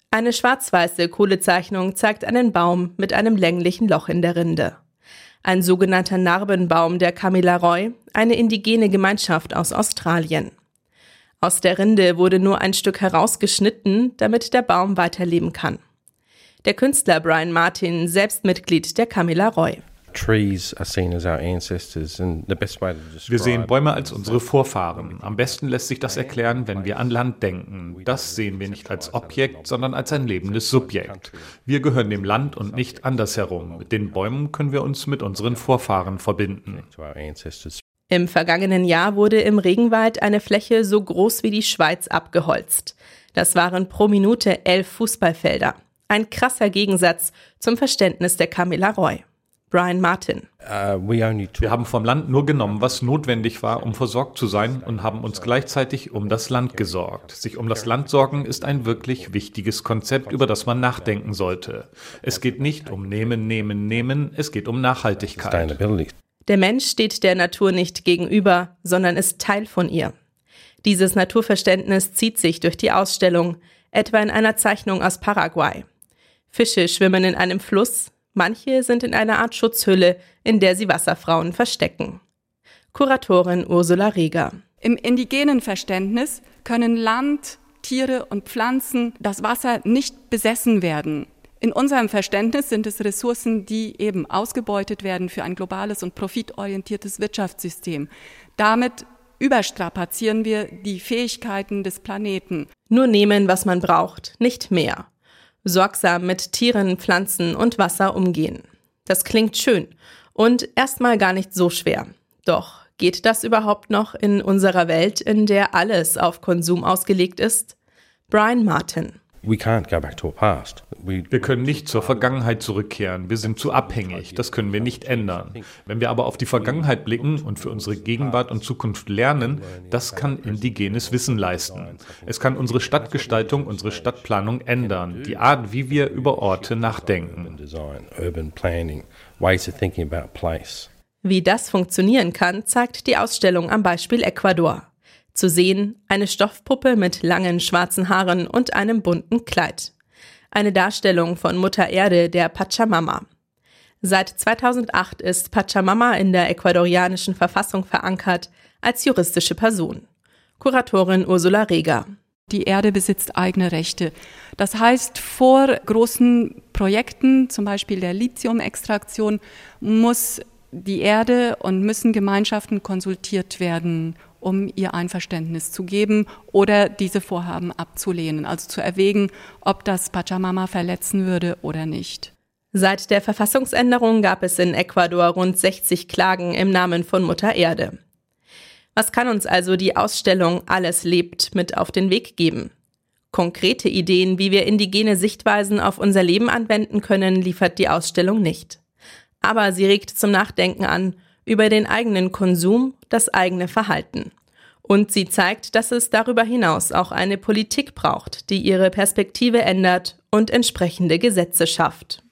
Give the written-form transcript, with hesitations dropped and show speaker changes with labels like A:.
A: Eine schwarz-weiße Kohlezeichnung zeigt einen Baum mit einem länglichen Loch in der Rinde. Ein sogenannter Narbenbaum der Kamilaroi, eine indigene Gemeinschaft aus Australien. Aus der Rinde wurde nur ein Stück herausgeschnitten, damit der Baum weiterleben kann. Der Künstler Brian Martin, selbst Mitglied der Kamilaroi.
B: Wir sehen Bäume als unsere Vorfahren. Am besten lässt sich das erklären, wenn wir an Land denken. Das sehen wir nicht als Objekt, sondern als ein lebendes Subjekt. Wir gehören dem Land und nicht andersherum. Mit den Bäumen können wir uns mit unseren Vorfahren verbinden.
A: Im vergangenen Jahr wurde im Regenwald eine Fläche so groß wie die Schweiz abgeholzt. Das waren pro Minute 11 Fußballfelder. Ein krasser Gegensatz zum Verständnis der Kamilaroi. Brian Martin.
B: Wir haben vom Land nur genommen, was notwendig war, um versorgt zu sein, und haben uns gleichzeitig um das Land gesorgt. Sich um das Land sorgen ist ein wirklich wichtiges Konzept, über das man nachdenken sollte. Es geht nicht um Nehmen, Nehmen, Nehmen, es geht um Nachhaltigkeit.
A: Der Mensch steht der Natur nicht gegenüber, sondern ist Teil von ihr. Dieses Naturverständnis zieht sich durch die Ausstellung, etwa in einer Zeichnung aus Paraguay. Fische schwimmen in einem Fluss, manche sind in einer Art Schutzhülle, in der sie Wasserfrauen verstecken. Kuratorin Ursula Reger.
C: Im indigenen Verständnis können Land, Tiere und Pflanzen, das Wasser nicht besessen werden. In unserem Verständnis sind es Ressourcen, die eben ausgebeutet werden für ein globales und profitorientiertes Wirtschaftssystem. Damit überstrapazieren wir die Fähigkeiten des Planeten.
A: Nur nehmen, was man braucht, nicht mehr. Sorgsam mit Tieren, Pflanzen und Wasser umgehen. Das klingt schön und erstmal gar nicht so schwer. Doch geht das überhaupt noch in unserer Welt, in der alles auf Konsum ausgelegt ist? Brian Martin.
B: Wir können nicht zur Vergangenheit zurückkehren. Wir sind zu abhängig. Das können wir nicht ändern. Wenn wir aber auf die Vergangenheit blicken und für unsere Gegenwart und Zukunft lernen, das kann indigenes Wissen leisten. Es kann unsere Stadtgestaltung, unsere Stadtplanung ändern. Die Art, wie wir über Orte nachdenken.
A: Wie das funktionieren kann, zeigt die Ausstellung am Beispiel Ecuador. Zu sehen, eine Stoffpuppe mit langen schwarzen Haaren und einem bunten Kleid. Eine Darstellung von Mutter Erde, der Pachamama. Seit 2008 ist Pachamama in der ecuadorianischen Verfassung verankert als juristische Person. Kuratorin Ursula Reger.
C: Die Erde besitzt eigene Rechte. Das heißt, vor großen Projekten, zum Beispiel der Lithiumextraktion, muss die Erde und müssen Gemeinschaften konsultiert werden, um ihr Einverständnis zu geben oder diese Vorhaben abzulehnen, also zu erwägen, ob das Pachamama verletzen würde oder nicht.
A: Seit der Verfassungsänderung gab es in Ecuador rund 60 Klagen im Namen von Mutter Erde. Was kann uns also die Ausstellung Alles lebt mit auf den Weg geben? Konkrete Ideen, wie wir indigene Sichtweisen auf unser Leben anwenden können, liefert die Ausstellung nicht. Aber sie regt zum Nachdenken an über den eigenen Konsum, das eigene Verhalten. Und sie zeigt, dass es darüber hinaus auch eine Politik braucht, die ihre Perspektive ändert und entsprechende Gesetze schafft.